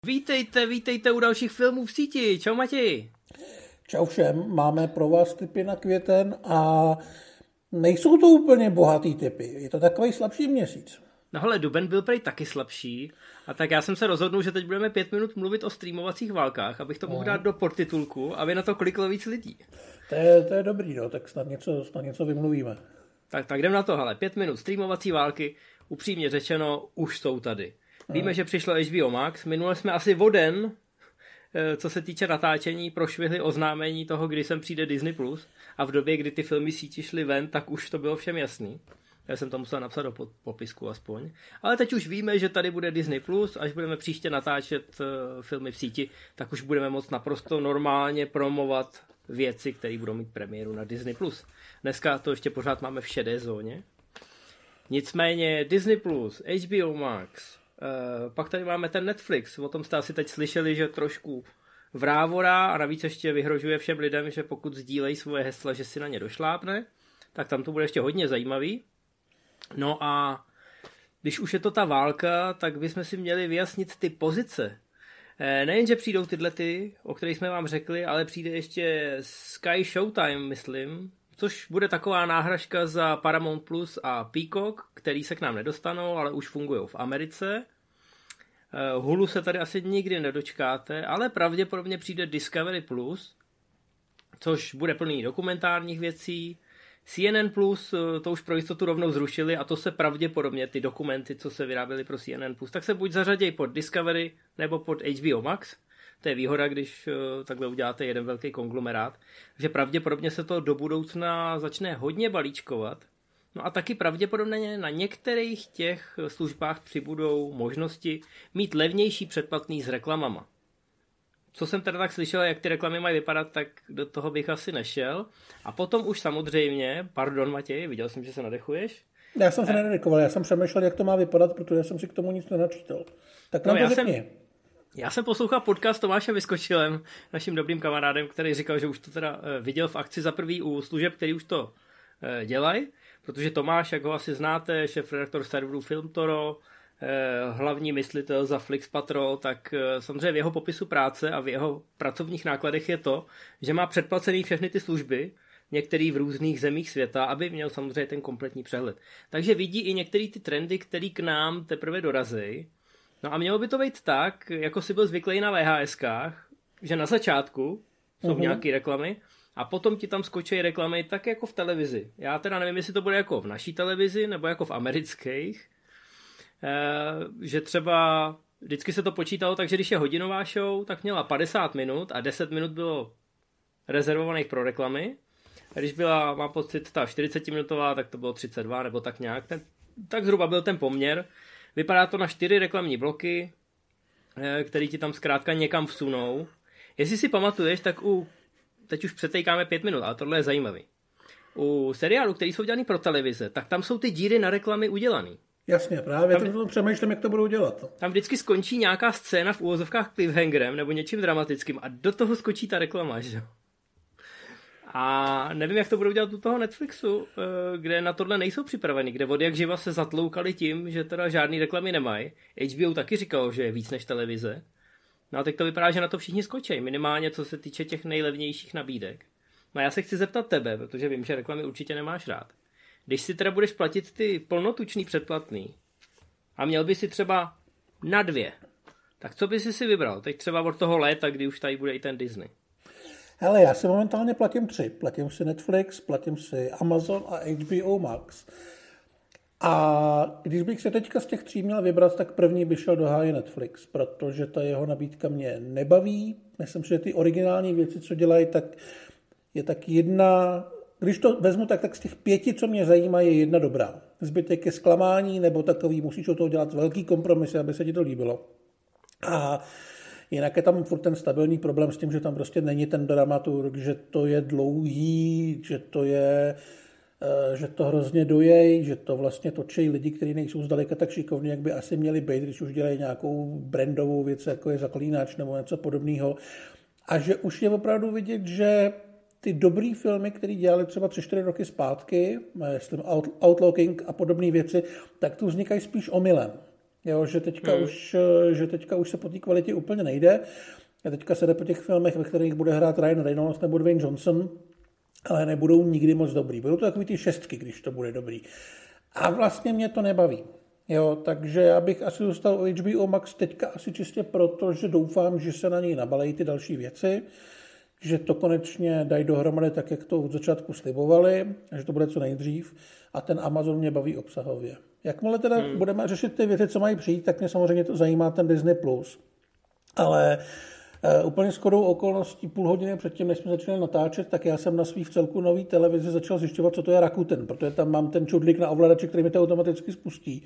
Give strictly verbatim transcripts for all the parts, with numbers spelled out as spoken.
Vítejte, vítejte u dalších filmů v síti. Čau Matěj. Čau všem, máme pro vás tipy na květen a nejsou to úplně bohatý tipy, je to takový slabší měsíc. No hele, duben byl prej taky slabší a tak já jsem se rozhodnul, že teď budeme pět minut mluvit o streamovacích válkách, abych to mohl dát do podtitulku, aby na to kliklo víc lidí. To je, to je dobrý, no, tak snad něco, snad něco vymluvíme. Tak, tak jdem na to, hele, pět minut streamovací války, upřímně řečeno, už jsou tady. Víme, hmm. že přišlo H B O Max, minule jsme asi o den, co se týče natáčení, prošvihli oznámení toho, kdy sem přijde Disney plus, a v době, kdy ty filmy síti šly ven, tak už to bylo všem jasný. Já jsem to musel napsat do popisku aspoň. Ale teď už víme, že tady bude Disney plus, až budeme příště natáčet filmy v síti, tak už budeme moct naprosto normálně promovat věci, které budou mít premiéru na Disney plus. Dneska to ještě pořád máme v šedé zóně. Nicméně Disney plus, H B O Max, Uh, pak tady máme ten Netflix, o tom jste asi teď slyšeli, že trošku vrávorá a navíc ještě vyhrožuje všem lidem, že pokud sdílejí svoje hesla, že si na ně došlápne, tak tam to bude ještě hodně zajímavý. No a když už je to ta válka, tak bychom si měli vyjasnit ty pozice. Eh, nejenže přijdou tyhle ty, o kterých jsme vám řekli, ale přijde ještě Sky Showtime, myslím, což bude taková náhražka za Paramount Plus a Peacock, který se k nám nedostanou, ale už fungují v Americe. Hulu se tady asi nikdy nedočkáte, ale pravděpodobně přijde Discovery Plus, což bude plný dokumentárních věcí. C N N Plus, to už pro jistotu rovnou zrušili a to se pravděpodobně ty dokumenty, co se vyráběly pro C N N Plus, tak se buď zařadějí pod Discovery nebo pod H B O Max. To je výhoda, když takhle uděláte jeden velký konglomerát. Takže pravděpodobně se to do budoucna začne hodně balíčkovat. No a taky pravděpodobně na některých těch službách přibudou možnosti mít levnější předplatný s reklamama. Co jsem teda tak slyšel, jak ty reklamy mají vypadat, tak do toho bych asi nešel. A potom už samozřejmě, pardon Matěj, viděl jsem, že se nadechuješ. Já jsem se nedekoval, já jsem přemýšlel, jak to má vypadat, protože jsem si k tomu nic nenačítal. Tak nám no, to řekni. Jsem... Já jsem poslouchal podcast Tomáše Vyskočilem, naším dobrým kamarádem, který říkal, že už to teda viděl v akci za prvý u služeb, který už to dělají, protože Tomáš, jak ho asi znáte, šéfredaktor serveru Filmtoro, hlavní myslitel za Flix Patrol, tak samozřejmě v jeho popisu práce a v jeho pracovních nákladech je to, že má předplacený všechny ty služby, některý v různých zemích světa, aby měl samozřejmě ten kompletní přehled. Takže vidí i některé ty trendy, které k nám teprve dorazí. No a mělo by to být tak, jako si byl zvyklý na V H S kách, že na začátku jsou uh-huh. nějaké reklamy a potom ti tam skočí reklamy tak jako v televizi. Já teda nevím, jestli to bude jako v naší televizi nebo jako v amerických, e, že třeba vždycky se to počítalo tak, že když je hodinová show, tak měla padesát minut a deset minut bylo rezervovaných pro reklamy. A když byla, mám pocit, ta čtyřicetiminutová, tak to bylo třicet dva nebo tak nějak. Ten, tak zhruba byl ten poměr. Vypadá to na čtyři reklamní bloky, který ti tam zkrátka někam vsunou. Jestli si pamatuješ, tak u, teď už přetejkáme pět minut, ale tohle je zajímavý. U seriálu, který jsou dělaný pro televize, tak tam jsou ty díry na reklamy udělaný. Jasně, právě tam, to přemýšlím, jak to budou dělat. Tam vždycky skončí nějaká scéna v úvozovkách cliffhangerem nebo něčím dramatickým a do toho skočí ta reklama, že? A nevím, jak to budou dělat u toho Netflixu, kde na tohle nejsou připraveni, kde od jak živa se zatloukali tím, že teda žádný reklamy nemají. H B O taky říkal, že je víc než televize. No a teď to vypadá, že na to všichni skočí, minimálně co se týče těch nejlevnějších nabídek. No a já se chci zeptat tebe, protože vím, že reklamy určitě nemáš rád. Když si teda budeš platit ty plnotučný předplatný a měl by si třeba na dvě, tak co by si si vybral? Teď třeba od toho léta, kdy už tady bude i ten Disney. Hele, já si momentálně platím tři. Platím si Netflix, platím si Amazon a H B O Max. A když bych se teďka z těch tří měl vybrat, tak první by šel do háje Netflix, protože ta jeho nabídka mě nebaví. Myslím si, že ty originální věci, co dělají, tak je tak jedna... Když to vezmu, tak, tak z těch pěti, co mě zajímá, je jedna dobrá. Zbytek je zklamání, nebo takový, musíš o toho dělat velký kompromis, aby se ti to líbilo. A jinak je tam furt ten stabilní problém s tím, že tam prostě není ten dramaturg, že to je dlouhý, že to je, že to hrozně dojej, že to vlastně točí lidi, kteří nejsou zdaleka tak šikovní, jak by asi měli být, když už dělají nějakou brandovou věc, jako je Zaklínač nebo něco podobného. A že už je opravdu vidět, že ty dobrý filmy, které dělali třeba tři čtyři roky zpátky, myslím Outlaw King a podobné věci, tak tu vznikají spíš omylem. Jo, že teďka, hmm. už, že teďka už se po té kvalitě úplně nejde. A teďka se jde po těch filmech, ve kterých bude hrát Ryan Reynolds nebo Dwayne Johnson, ale nebudou nikdy moc dobrý. Budou to takový ty šestky, když to bude dobrý. A vlastně mě to nebaví. Jo, takže já bych asi zůstal u H B O Max teďka asi čistě proto, že doufám, že se na něj nabalejí ty další věci, že to konečně dají dohromady tak, jak to od začátku slibovali, že to bude co nejdřív a ten Amazon mě baví obsahově. Jakmile teda hmm. budeme řešit ty věci, co mají přijít, tak mě samozřejmě to zajímá ten Disney plus. Ale uh, úplně shodou okolností půl hodiny předtím, než jsme začali natáčet, tak já jsem na svý vcelku nový televizi začal zjišťovat, co to je Rakuten, protože tam mám ten čudlík na ovladači, který mi to automaticky spustí.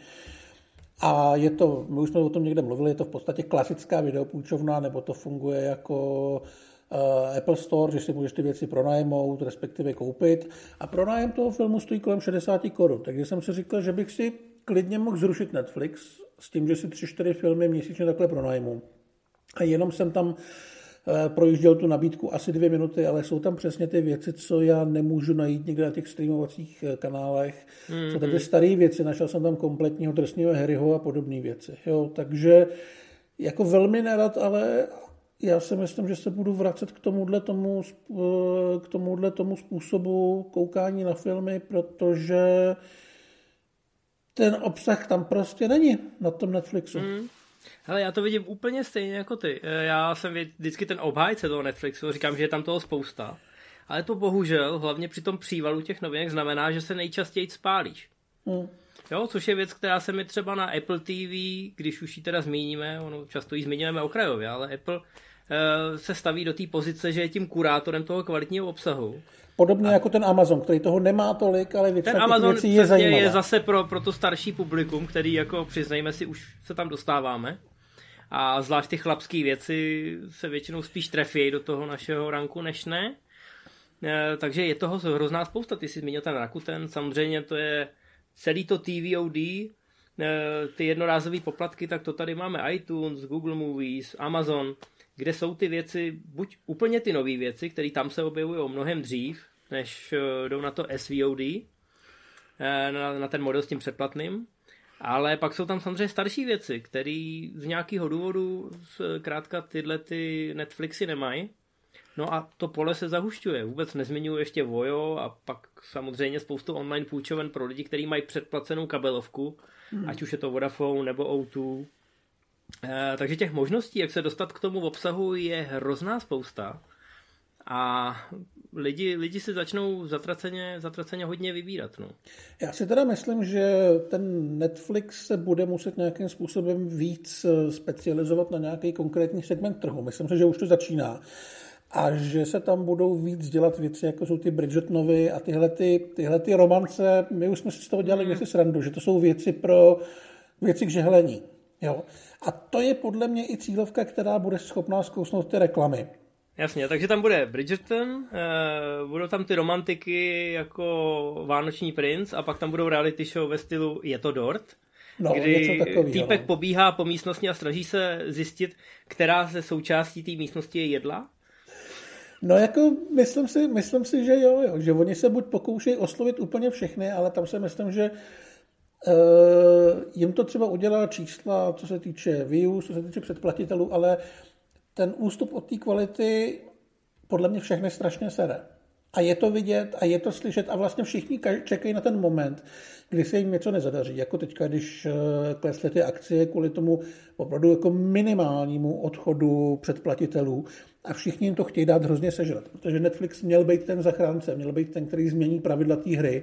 A je to, my už jsme o tom někde mluvili, je to v podstatě klasická videopůjčovna, nebo to funguje jako uh, Apple Store, že si můžeš ty věci pronajmout, respektive koupit. A pronájem toho filmu stojí kolem šedesát korun. Takže jsem si říkal, že bych si klidně mohl zrušit Netflix s tím, že si tři čtyři filmy měsíčně takhle pronajmu. A jenom jsem tam uh, projížděl tu nabídku asi dvě minuty, ale jsou tam přesně ty věci, co já nemůžu najít někde na těch streamovacích kanálech. Mm-hmm. Jsou tam ty staré věci, našel jsem tam kompletního Drsného Harryho a podobné věci. Jo, takže jako velmi nerad, ale já si myslím, že se budu vracet k tomuhle tomu, k tomuhle tomu způsobu koukání na filmy, protože ten obsah tam prostě není na tom Netflixu. Mm. Hele, já to vidím úplně stejně jako ty. Já jsem vždycky ten obhájce toho Netflixu, říkám, že je tam toho spousta. Ale to bohužel, hlavně při tom přívalu těch novinek, znamená, že se nejčastěji spálíš. Mm. Jo, což je věc, která se mi třeba na Apple T V, když už ji teda zmíníme, ono často ji zmiňujeme okrajově, ale Apple uh, se staví do té pozice, že je tím kurátorem toho kvalitního obsahu. Podobně a jako ten Amazon, který toho nemá tolik, ale ten Amazon je zajímavá. Je zase pro, pro to starší publikum, který, jako přiznejme si, už se tam dostáváme. A zvlášť ty chlapské věci se většinou spíš trefí do toho našeho ranku, než ne. E, takže je toho hrozná spousta. Ty jsi zmínil ten Rakuten, samozřejmě to je celý to T V O D, e, ty jednorázové poplatky, tak to tady máme iTunes, Google Movies, Amazon, kde jsou ty věci, buď úplně ty nové věci, které tam se objevují mnohem dřív, než jdou na to S V O D, na, na ten model s tím předplatným, ale pak jsou tam samozřejmě starší věci, které z nějakého důvodu zkrátka tyhle ty Netflixy nemají. No a to pole se zahušťuje. Vůbec nezmiňuji ještě Vojo a pak samozřejmě spoustu online půjčoven pro lidi, kteří mají předplacenou kabelovku, hmm. ať už je to Vodafone nebo O dva. E, takže těch možností, jak se dostat k tomu obsahu, je hrozná spousta. A lidi, lidi si začnou zatraceně, zatraceně hodně vybírat. No. Já si teda myslím, že ten Netflix se bude muset nějakým způsobem víc specializovat na nějaký konkrétní segment trhu. Myslím si, že už to začíná. A že se tam budou víc dělat věci, jako jsou ty Bridgertonovy a tyhle, ty, tyhle ty romance. My už jsme si z toho dělali kdysi srandu, že to jsou věci pro věci k žehlení. Jo. A to je podle mě i cílovka, která bude schopná zkousnout ty reklamy. Jasně, takže tam bude Bridgerton, eh, budou tam ty romantiky jako Vánoční princ a pak tam budou reality show ve stylu Je to dort, no, kdy týpek no. pobíhá po místnosti a snaží se zjistit, která ze součástí té místnosti je jedla. No jako myslím si, myslím si, že jo, jo, že oni se buď pokoušejí oslovit úplně všechny, ale tam se myslím, že uh, jim to třeba udělá čísla, co se týče views, co se týče předplatitelů, ale ten ústup od té kvality podle mě všechny strašně sere. A je to vidět a je to slyšet a vlastně všichni čekají na ten moment, kdy se jim něco nezadaří. Jako teďka, když klesly ty akcie kvůli tomu opravdu jako minimálnímu odchodu předplatitelů a všichni jim to chtějí dát hrozně sežrat, protože Netflix měl být ten zachránce, měl být ten, který změní pravidla té hry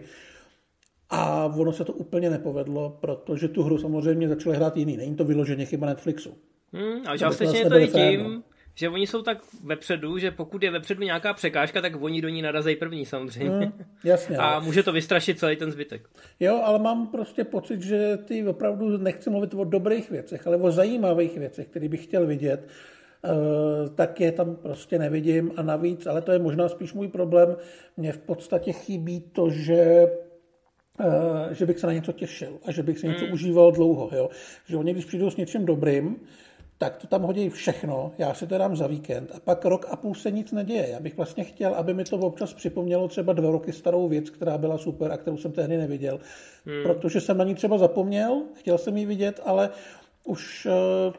a ono se to úplně nepovedlo, protože tu hru samozřejmě začali hrát jiný. Není to vyloženě chyba Netflixu. Hmm, a částečně je to i tím, že oni jsou tak vepředu, že pokud je vepředu nějaká překážka, tak oni do ní narazí první samozřejmě. Hmm, jasně. A může to vystrašit celý ten zbytek. Jo, ale mám prostě pocit, že ty opravdu nechci mluvit o dobrých věcech, ale o zajímavých věcech, které bych chtěl vidět, tak je tam prostě nevidím a navíc, ale to je možná spíš můj problém, mně v podstatě chybí to, že že bych se na něco těšil a že bych se něco hmm. užíval dlouho. Jo? Že oni, když přijdou s něčím dobrým, tak to tam hodí všechno, já si to dám za víkend a pak rok a půl se nic neděje. Já bych vlastně chtěl, aby mi to občas připomnělo třeba dva roky starou věc, která byla super a kterou jsem tehdy neviděl. Hmm. Protože jsem na ní třeba zapomněl, chtěl jsem ji vidět, ale Už... Uh...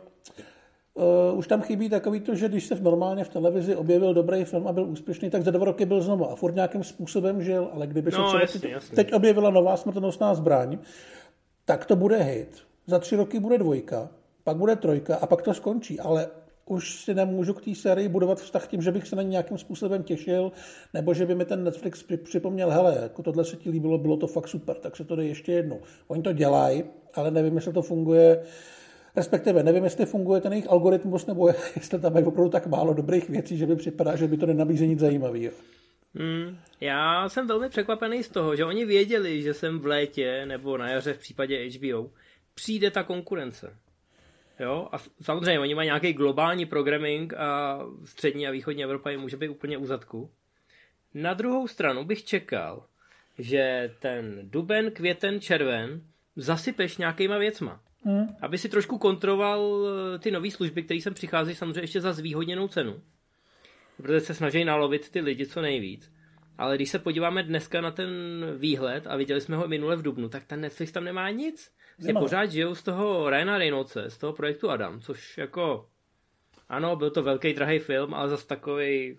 Uh, už tam chybí takový to, že když se v normálně v televizi objevil dobrý film a byl úspěšný, tak za dva roky byl znovu a furt nějakým způsobem žil, ale kdyby se no, třeba jasný, teď, jasný. teď objevila nová smrtonosná zbraň, tak to bude hit. Za tři roky bude dvojka, pak bude trojka a pak to skončí, ale už si nemůžu k té sérii budovat vztah tím, že bych se na ní nějakým způsobem těšil, nebo že by mi ten Netflix připomněl, hele, jako tohle se ti líbilo, bylo to fakt super, tak se to jde ještě jednou. Oni to dělají, ale nevím, jestli to funguje. Respektive nevím, jestli funguje ten jejich algoritmus, nebo jestli tam je opravdu tak málo dobrých věcí, že by připadá, že by to nenabízí nic zajímavého. Hmm, já jsem velmi překvapený z toho, že oni věděli, že jsem v létě nebo na jaře v případě H B O přijde ta konkurence. Jo? A samozřejmě oni mají nějaký globální programming a střední a východní Evropa jim může být úplně u zadku. Na druhou stranu bych čekal, že ten duben, květen, červen zasypeš nějakýma věcma. Hmm. Aby si trošku kontroval ty nové služby, které sem přichází samozřejmě ještě za zvýhodněnou cenu. Protože se snaží nalovit ty lidi co nejvíc. Ale když se podíváme dneska na ten výhled a viděli jsme ho minule v dubnu, tak ten Netflix tam nemá nic. Vlastně pořád žijou z toho Ryana Reynoldse, z toho projektu Adam, což jako ano, byl to velký drahý film, ale zas takovej...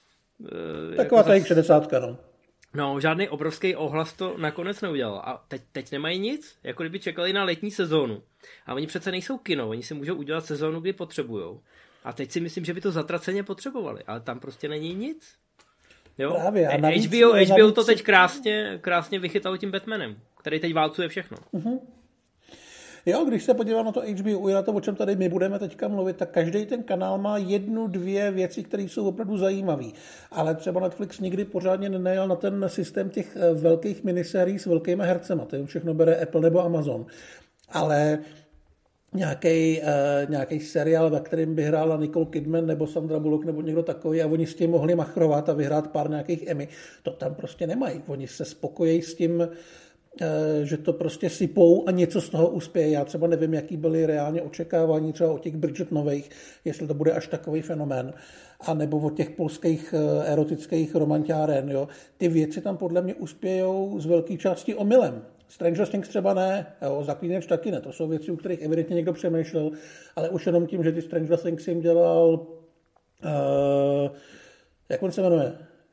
Taková jako zas... šedesátka, no. No, žádný obrovský ohlas to nakonec neudělal. A teď, teď nemají nic, jako kdyby čekali na letní sezónu. A oni přece nejsou kino, oni si můžou udělat sezónu, kdy potřebujou. A teď si myslím, že by to zatraceně potřebovali, ale tam prostě není nic. Jo? Právě. A navíc, H B O, H B O to navíc... teď krásně, krásně vychytalo tím Batmanem, který teď válcuje všechno. Uh-huh. Jo, když se podívám na to H B O, na to, o čem tady my budeme teďka mluvit, tak každý ten kanál má jednu, dvě věci, které jsou opravdu zajímavé. Ale třeba Netflix nikdy pořádně nenajal na ten systém těch velkých minisérií s velkýma hercema. To všechno bere Apple nebo Amazon. Ale nějaký uh, nějaký seriál, ve kterém by hrála Nicole Kidman nebo Sandra Bullock nebo někdo takový a oni s tím mohli machrovat a vyhrát pár nějakých Emmy, to tam prostě nemají. Oni se spokojí s tím, že to prostě sypou a něco z toho uspěje. Já třeba nevím, jaký byly reálně očekávání třeba od těch Bridget nových, jestli to bude až takový fenomén, a nebo od těch polských erotických romantiáren. Jo. Ty věci tam podle mě uspějou z velké části omylem. Stranger Things třeba ne, jo, Zaklínač taky ne. To jsou věci, u kterých evidentně někdo přemýšlel, ale už jenom tím, že ty Stranger Things jim dělal uh, jak on se jmenuje?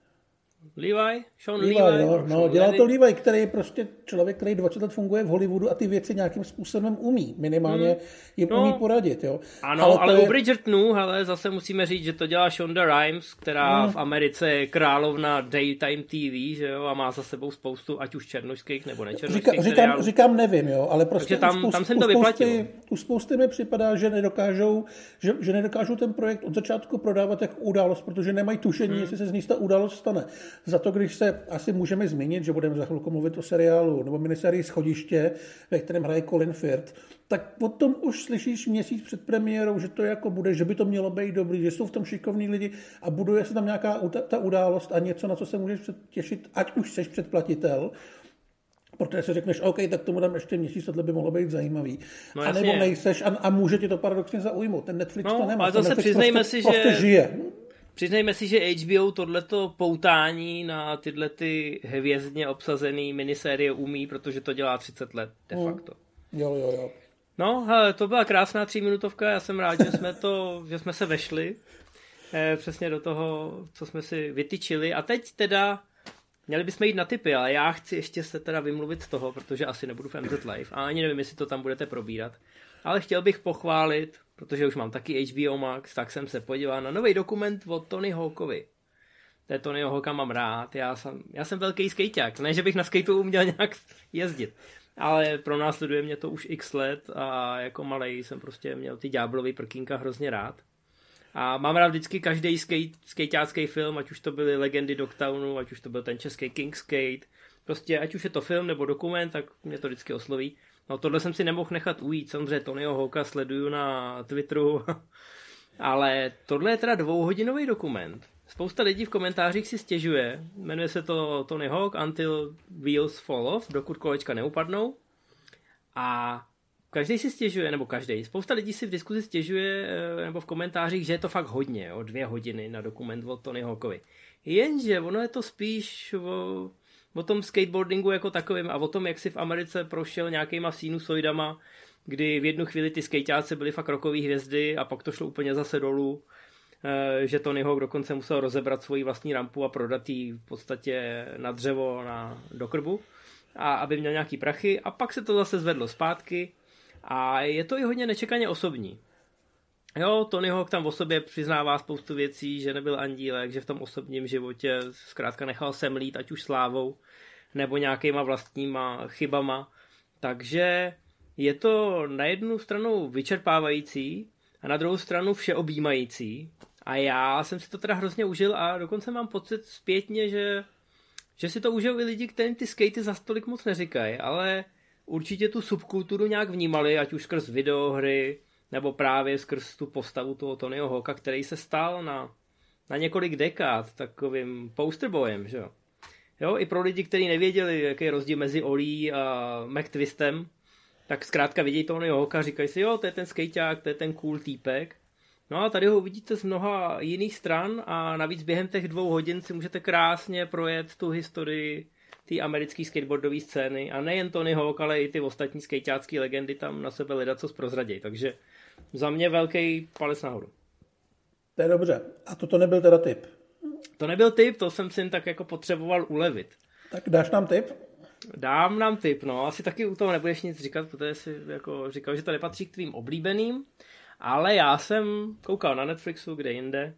Levi? Sean Levi, Levi? no, no, dělal to Levi, který je prostě člověk, který dvacet let funguje v Hollywoodu a ty věci nějakým způsobem umí. Minimálně hmm. jim no, umí poradit. Jo. Ano, ale, ale je... u Bridgertonu, ale zase musíme říct, že to dělá Shonda Rhimes, která hmm. v Americe je královna daytime T V, že jo, a má za sebou spoustu, ať už černošských nebo nečernošských Říka, říkám, říkám nevím, jo, ale prostě tam, spousty, tam jsem to vyplatil. U spousty mi připadá, že nedokážou, že, že nedokážou ten projekt od začátku prodávat jako událost, protože nemají tušení, hmm. jestli se z ní ta událost stane. Za to, když se asi můžeme zmínit, že budeme za chvilku mluvit o seriálu nebo minisérii Schodiště, ve kterém hraje Colin Firth, tak potom už slyšíš měsíc před premiérou, že to jako bude, že by to mělo být dobrý, že jsou v tom šikovní lidi a buduje se tam nějaká ta událost a něco, na co se můžeš těšit, ať už seš předplatitel, protože si řekneš, OK, tak tomu dám ještě měsíc, tohle by mohlo být zajímavý. No, a nebo nejseš a, a může ti to paradoxně zaujmout. Ten Netflix no, to nemá. Ale zase přiznejme prostě, si, prostě že... žije. Přiznejme si, že H B O tohleto poutání na tyhle ty hvězdně obsazený minisérie umí, protože to dělá třicet let de facto. Mm. Jo, jo, jo. No, hele, to byla krásná tříminutovka, já jsem rád, že jsme, to, že jsme se vešli eh, přesně do toho, co jsme si vytyčili. A teď teda, měli bychom jít na tipy, ale já chci ještě se teda vymluvit z toho, protože asi nebudu v M Z Live a ani nevím, jestli to tam budete probírat. Ale chtěl bych pochválit, protože už mám taky H B O Max, tak jsem se podíval na nový dokument od Tony Hawkovi. Té Tonyho Hawka mám rád, já jsem, já jsem velký skejťák, ne, že bych na skateu uměl nějak jezdit, ale pro nás sleduje mě to už x let a jako malej jsem prostě měl ty ďáblový prkínka hrozně rád. A mám rád vždycky každý skate, skejťácký film, ať už to byly Legendy Dogtownu, ať už to byl ten český King Skate, prostě ať už je to film nebo dokument, tak mě to vždycky osloví. No tohle jsem si nemohl nechat ujít, samozřejmě Tonyho Hawka sleduju na Twitteru, ale tohle je teda dvouhodinový dokument. Spousta lidí v komentářích si stěžuje, jmenuje se to Tony Hawk Until Wheels Fall Off, dokud kolečka neupadnou. A každý si stěžuje, nebo každý, spousta lidí si v diskuzi stěžuje, nebo v komentářích, že je to fakt hodně, jo, dvě hodiny na dokument od Tony Hawkovi. Jenže ono je to spíš o, o tom skateboardingu jako takovým a o tom, jak si v Americe prošel nějakýma sinusoidama kdy v jednu chvíli ty skejťáci byli fakt rokový hvězdy a pak to šlo úplně zase dolů, že Tony Hawk dokonce musel rozebrat svoji vlastní rampu a prodat ji v podstatě na dřevo na, do krbu, a aby měl nějaký prachy, a pak se to zase zvedlo zpátky a je to i hodně nečekaně osobní. Jo, Tony Hawk tam o sobě přiznává spoustu věcí, že nebyl andílek, že v tom osobním životě zkrátka nechal semlít, ať už slávou, nebo nějakýma vlastníma chybama. Takže je to na jednu stranu vyčerpávající a na druhou stranu všeobjímající. A já jsem si to teda hrozně užil a dokonce mám pocit zpětně, že, že si to užijou i lidi, kteří ty skatey za stolik moc neříkají, ale určitě tu subkulturu nějak vnímali, ať už skrz videohry, nebo právě skrz tu postavu toho Tonyho Hawka, který se stal na, na několik dekád takovým posterboyem, že jo. Jo, i pro lidi, kteří nevěděli, jaký je rozdíl mezi Olí a McTwistem, tak zkrátka vidějí Tonyho Hawka a říkají si, jo, to je ten skejťák, to je ten cool týpek. No a tady ho uvidíte z mnoha jiných stran a navíc během těch dvou hodin si můžete krásně projet tu historii té americké skateboardové scény a nejen Tony Hawk, ale i ty ostatní skejťácké legendy tam na sebe ledacos prozradějí. Takže za mě velký palec nahoru. To je dobře. A toto nebyl teda tip? To nebyl tip, to jsem si tak jako potřeboval ulevit. Tak dáš nám tip? Dám nám tip, no. Asi taky u toho nebudeš nic říkat, protože jsi jako říkal, že to nepatří k tvým oblíbeným. Ale já jsem koukal na Netflixu, kde jinde.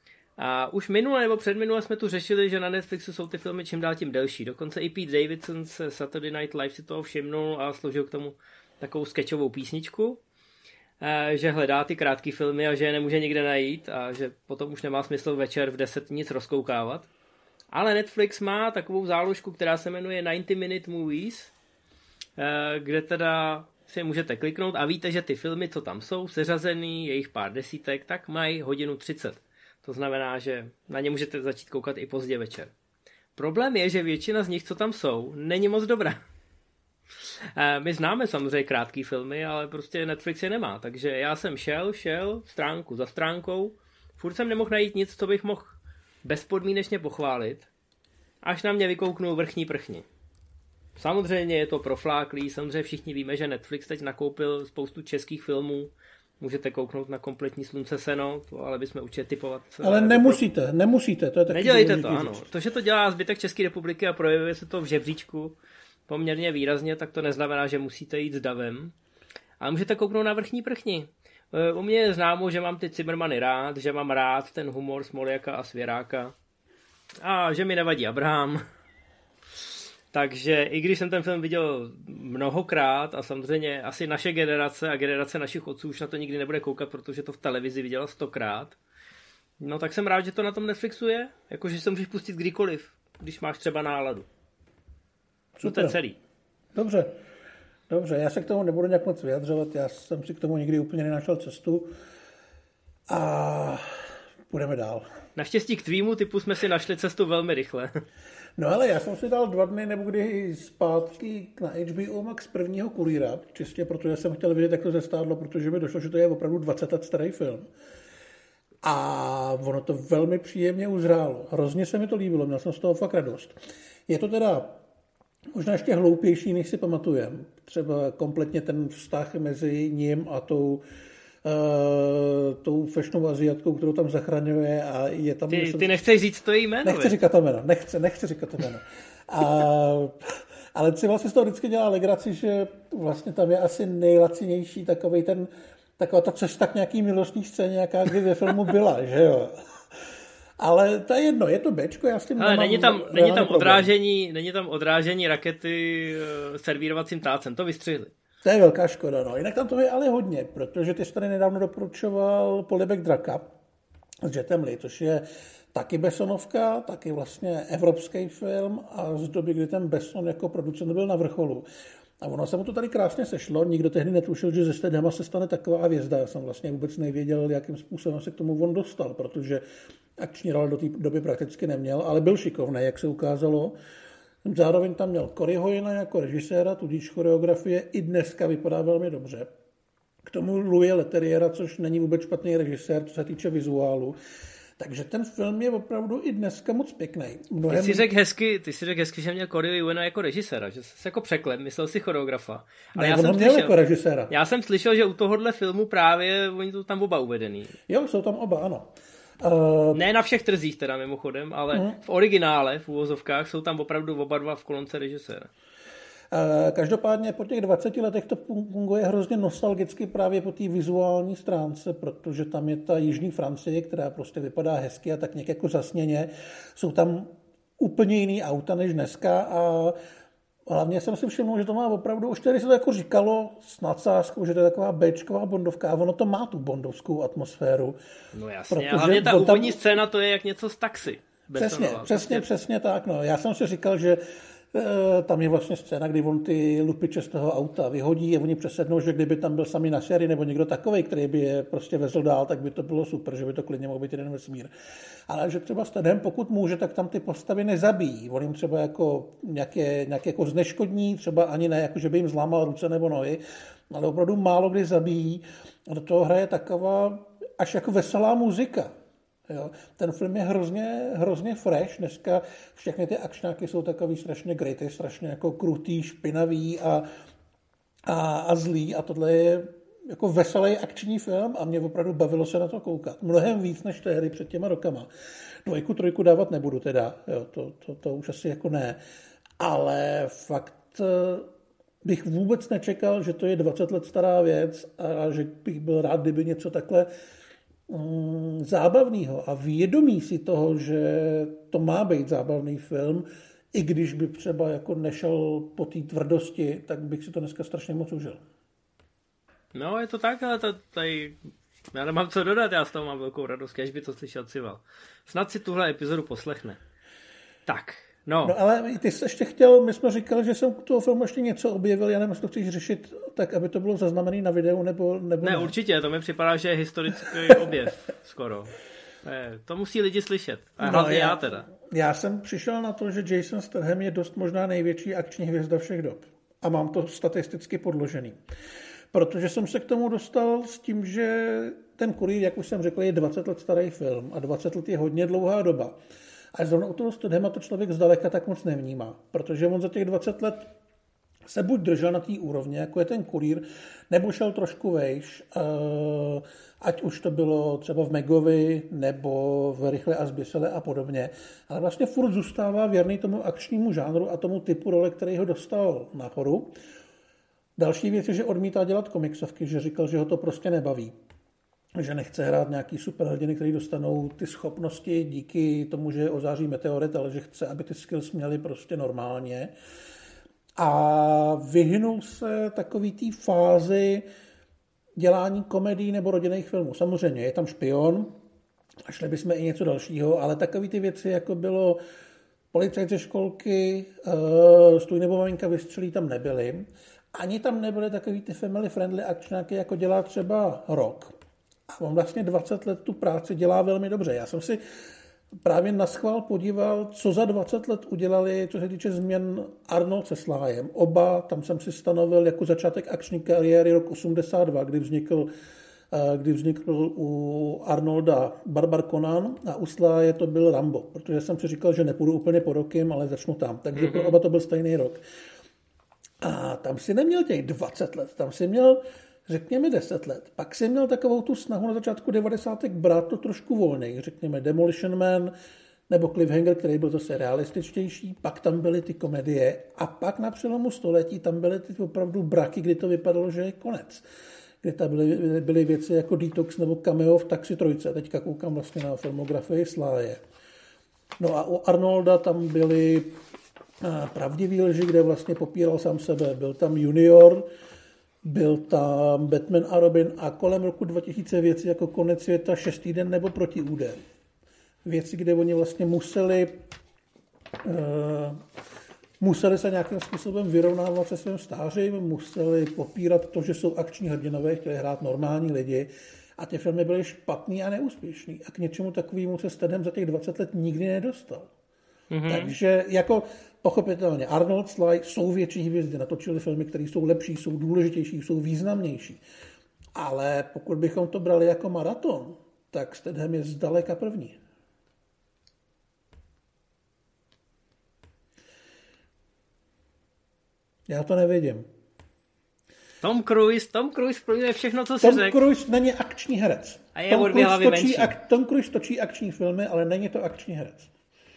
A už minule nebo předminule jsme tu řešili, že na Netflixu jsou ty filmy čím dál tím delší. Dokonce i Pete Davidson se Saturday Night Live si toho všimnul a složil k tomu takovou sketchovou písničku, že hledá ty krátké filmy a že je nemůže nikde najít a že potom už nemá smysl večer v deset nic rozkoukávat. Ale Netflix má takovou záložku, která se jmenuje ninety minute movies, kde teda si můžete kliknout a víte, že ty filmy, co tam jsou, seřazený, je jich pár desítek, tak mají hodinu třicet. To znamená, že na ně můžete začít koukat i pozdě večer. Problém je, že většina z nich, co tam jsou, není moc dobrá. My známe samozřejmě krátký filmy, ale prostě Netflix je nemá. Takže já jsem šel, šel stránku za stránkou, furt jsem nemohl najít nic, co bych mohl bezpodmínečně pochválit, až na mě vykouknul vrchní prchni. Samozřejmě je to profláklý, samozřejmě všichni víme, že Netflix teď nakoupil spoustu českých filmů, můžete kouknout na kompletní Slunce seno, to ale bychom určitě typovat. Ale nemusíte, pro... nemusíte. To je taky Nedělejte to, ano. To, že to dělá zbytek České republiky a projevuje se to v žebříčku poměrně výrazně, tak to neznamená, že musíte jít s davem. Ale můžete kouknout na vrchní prchni. U mě je známo, že mám ty Cimrmany rád, že mám rád ten humor Smoljaka a Svěráka a že mi nevadí Abraham. Takže i když jsem ten film viděl mnohokrát a samozřejmě asi naše generace a generace našich otců už na to nikdy nebude koukat, protože to v televizi viděla stokrát, no tak jsem rád, že to na tom Netflixu je, jakože se můžeš pustit kdykoliv, když máš třeba náladu. Co to je celý. Dobře, dobře, já se k tomu nebudu nějak moc vyjadřovat, já jsem si k tomu nikdy úplně nenašel cestu a půjdeme dál. Naštěstí k tvýmu typu jsme si našli cestu velmi rychle. No ale já jsem si dal dva dny nebo kdy zpátky na H B O Max prvního Kurýra, čistě protože jsem chtěl vidět, jak to zestádlo, protože mi došlo, že to je opravdu dvacet let starý film. A ono to velmi příjemně uzrálo. Hrozně se mi to líbilo, měl jsem z toho fakt radost. Je to teda možná ještě hloupější, než si pamatujem. Třeba kompletně ten vztah mezi ním a tou Uh, tou fešnou Aziatkou, kterou tam zachraňuje a je tam... Ty, myslím, ty nechceš říct to jméno? Nechci říkat to jméno, nechci, nechci říkat to jméno. A, ale si vlastně z toho vždycky dělá legraci, že vlastně tam je asi nejlacinější takovej ten, taková ta cesta k nějaký milostní scéně, jaká kdy ve filmu byla, že jo. Ale to je jedno, je to bečko, já s tím ale nemám není tam, není tam odrážení, není tam odrážení rakety servírovacím tácem, to vystřihli. To je velká škoda, no. Jinak tam to je ale hodně, protože ty jsi tady nedávno doporučoval Polibek draka s Jetem Li, což je taky Bessonovka, taky vlastně evropský film a z doby, kdy ten Besson jako producent byl na vrcholu. A ono se mu to tady krásně sešlo, nikdo tehdy netušil, že ze Stathama se stane taková hvězda. Já jsem vlastně vůbec nevěděl, jakým způsobem se k tomu on dostal, protože akční role do té doby prakticky neměl, ale byl šikovný, jak se ukázalo. Zároveň tam měl Cory Hoyna jako režiséra, tudíž choreografie i dneska vypadá velmi dobře. K tomu Louise Leterriera, což není vůbec špatný režisér, co se týče vizuálu. Takže ten film je opravdu i dneska moc pěkný. Mnohem... Ty si řekl hezky, ty si řekl hezky, že měl Corey Lewena jako režiséra, že jsi jako překlep, myslel si choreografa. Ale ne, já jsem měl slyšel, jako režiséra. Já jsem slyšel, že u tohohle filmu právě oni jsou tam oba uvedený. Jo, jsou tam oba, ano. Uh... Ne na všech trzích teda mimochodem, ale uh-huh. v originále, v úvozovkách, jsou tam opravdu oba dva v kolonce režiséra. Každopádně po těch dvaceti letech to funguje hrozně nostalgicky právě po té vizuální stránce, protože tam je ta jižní Francie, která prostě vypadá hezky a tak nějak jako zasněně. Jsou tam úplně jiný auta než dneska a hlavně jsem si všiml, že to má opravdu, už tady se to jako říkalo s nadsázkou, že to je taková béčková bondovka a ono to má tu bondovskou atmosféru. No jasně, a hlavně ta úvodní tam... scéna to je jak něco z Taxi. Přesně, přesně, přesně tak. No. Já jsem si říkal, že tam je vlastně scéna, kdy on ty lupiče z toho auta vyhodí a oni přesednou, že kdyby tam byl sami na sérii nebo někdo takovej, který by je prostě vezl dál, tak by to bylo super, že by to klidně mohl být jeden vesmír. Ale že třeba Statham, pokud může, tak tam ty postavy nezabíjí. On jim třeba jako nějaké, nějaké jako zneškodní, třeba ani ne, jako že by jim zlámal ruce nebo nohy, ale opravdu málo kdy zabíjí. A do toho hraje taková až jako veselá muzika. Jo. Ten film je hrozně, hrozně fresh. Dneska všechny ty akčňáky jsou takový strašně gritty, strašně jako krutý, špinavý a, a, a zlý. A tohle je jako veselý akční film a mě opravdu bavilo se na to koukat. Mnohem víc než tehdy před těma rokama. Dvojku, trojku dávat nebudu teda. Jo, to, to, to už asi jako ne. Ale fakt bych vůbec nečekal, že to je dvacet let stará věc a že bych byl rád, kdyby něco takhle zábavného a vědomí si toho, že to má být zábavný film, i když by třeba jako nešel po té tvrdosti, tak bych si to dneska strašně moc užil. No, je to tak, ale to, tady já nemám co dodat, já z toho mám velkou radost, až by to slyšel Cival. Snad si tuhle epizodu poslechne. Tak, no. No ale ty jsi ještě chtěl, my jsme říkali, že jsem k toho filmu ještě něco objevil, já nevím, jestli to chceš řešit tak, aby to bylo zaznamené na videu, nebo, nebo ne, ne. Určitě, to mi připadá, že je historický objev skoro. To musí lidi slyšet. A no, hlavně já, já teda. Já jsem přišel na to, že Jason Statham je dost možná největší akční hvězda všech dob. A mám to statisticky podložený. Protože jsem se k tomu dostal s tím, že ten Kurýr, jak už jsem řekl, je dvacet let starý film a dvacet let je hodně dlouhá doba. A zrovna u toho Stathama to člověk zdaleka tak moc nevnímá, protože on za těch dvacet let se buď držel na té úrovni, jako je ten Kurýr, nebo šel trošku vejš, ať už to bylo třeba v Megovi, nebo v Rychle a zbysele a podobně. Ale vlastně furt zůstává věrný tomu akčnímu žánru a tomu typu role, který ho dostal nahoru. Další věc je, že odmítá dělat komiksovky, že říkal, že ho to prostě nebaví. Že nechce hrát nějaký superhrdiny, který dostanou ty schopnosti díky tomu, že ozáří meteorit, ale že chce, aby ty skills měli prostě normálně. A vyhnul se takový té fázi dělání komedií nebo rodinných filmů. Samozřejmě je tam Špion a šli bychom i něco dalšího, ale takový ty věci, jako bylo Policajt ze školky, Stůj nebo maminka vystřelí, tam nebyly. Ani tam nebyly takový ty family friendly akčňáky, jako dělá třeba Rock. A on vlastně dvacet let tu práci dělá velmi dobře. Já jsem si právě naschvál podíval, co za dvacet let udělali, co se týče změn Arnold se Slyem. Oba, tam jsem si stanovil jako začátek akční kariéry rok osmdesát dva, kdy vznikl, kdy vznikl u Arnolda Barbar Conan a u Slye to byl Rambo, protože jsem si říkal, že nepůjdu úplně po rokem, ale začnu tam. Takže mm-hmm. pro oba to byl stejný rok. A tam si neměl těch dvacet let, tam si měl řekněme deset let. Pak jsem měl takovou tu snahu na začátku devadesátek brát to trošku volnej. Řekněme Demolition Man nebo Cliffhanger, který byl zase realističtější. Pak tam byly ty komedie a pak na přelomu století tam byly ty opravdu braky, kdy to vypadalo, že je konec. Kdy tam byly, byly věci jako Detox nebo Cameo v Taxi trojce. Teďka koukám vlastně na filmografii Slye. No a u Arnolda tam byly pravdivý lži, kde vlastně popíral sám sebe. Byl tam Junior, byl tam Batman a Robin a kolem roku dva tisíce věci jako Konec světa, Šestý den nebo Protiúder. Věci, kde oni vlastně museli uh, museli se nějakým způsobem vyrovnávat se svým stářím, museli popírat to, že jsou akční hrdinové, chtěli hrát normální lidi a ty filmy byly špatný a neúspěšný a k něčemu takovému se Statham za těch dvacet let nikdy nedostal. Mm-hmm. Takže jako pochopitelně Arnold, Sly jsou větší hvězdy, natočili filmy, které jsou lepší, jsou důležitější, jsou významnější. Ale pokud bychom to brali jako maraton, tak Statham je zdaleka první. Já to nevidím. Tom Cruise, Tom Cruise plňuje všechno, co si Tom řekl. Tom Cruise není akční herec. A je Tom o dvě Cruise, hlavy točí menší. ak, Tom Cruise točí akční filmy, ale není to akční herec.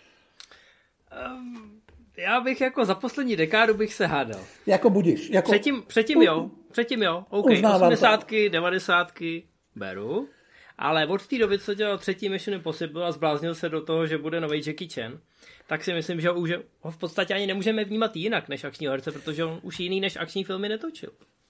Um, já bych jako za poslední dekádu bych se hádal. Jako budíš. Jako... Předtím, předtím jo, předtím jo. OK, osmdesátky, devadesátky beru. Ale od té doby, co dělal třetí Mission Impossible a zbláznil se do toho, že bude nový Jackie Chan, tak si myslím, že už ho v podstatě ani nemůžeme vnímat jinak než akčního herce, protože on už jiný než akční filmy netočil.